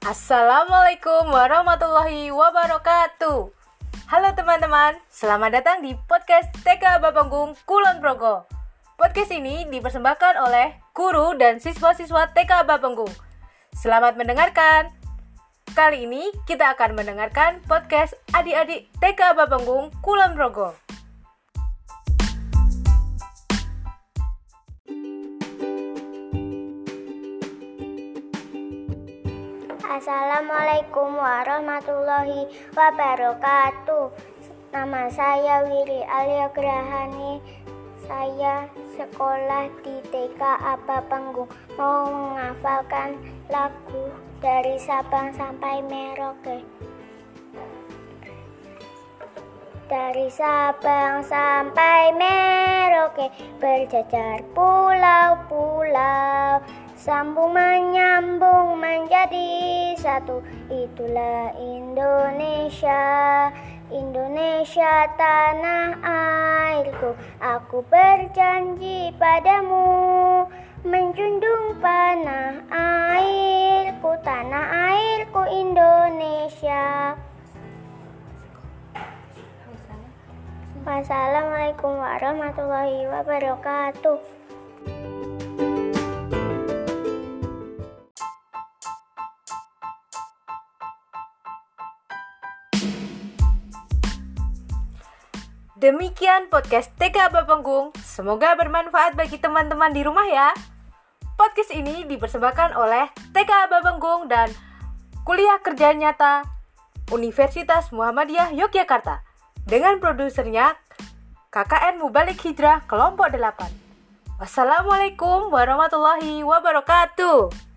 Assalamualaikum warahmatullahi wabarakatuh. Halo teman-teman, selamat datang di podcast TK Bapanggung Kulon Progo. Podcast ini dipersembahkan oleh guru dan siswa-siswa TK Bapanggung. Selamat mendengarkan. Kali ini kita akan mendengarkan podcast adik-adik TK Bapanggung Kulon Progo. Assalamualaikum warahmatullahi wabarakatuh. Nama saya Wiri Alia Grahani. Saya sekolah di TK Bapanggung. Mau menghafalkan lagu dari Sabang sampai Merauke. Dari Sabang sampai Merauke, berjajar pulau-pulau, sambung menyambung menjadi satu. Itulah Indonesia, Indonesia tanah airku. Aku berjanji padamu, menjunjung tanah airku, tanah airku Indonesia. Wassalamualaikum warahmatullahi wabarakatuh. Demikian podcast TK Bapanggung. Semoga bermanfaat bagi teman-teman di rumah ya. Podcast ini dipersembahkan oleh TK Bapanggung dan Kuliah Kerja Nyata Universitas Muhammadiyah Yogyakarta dengan produsernya KKN Mubalik Hijrah Kelompok 8. Wassalamualaikum warahmatullahi wabarakatuh.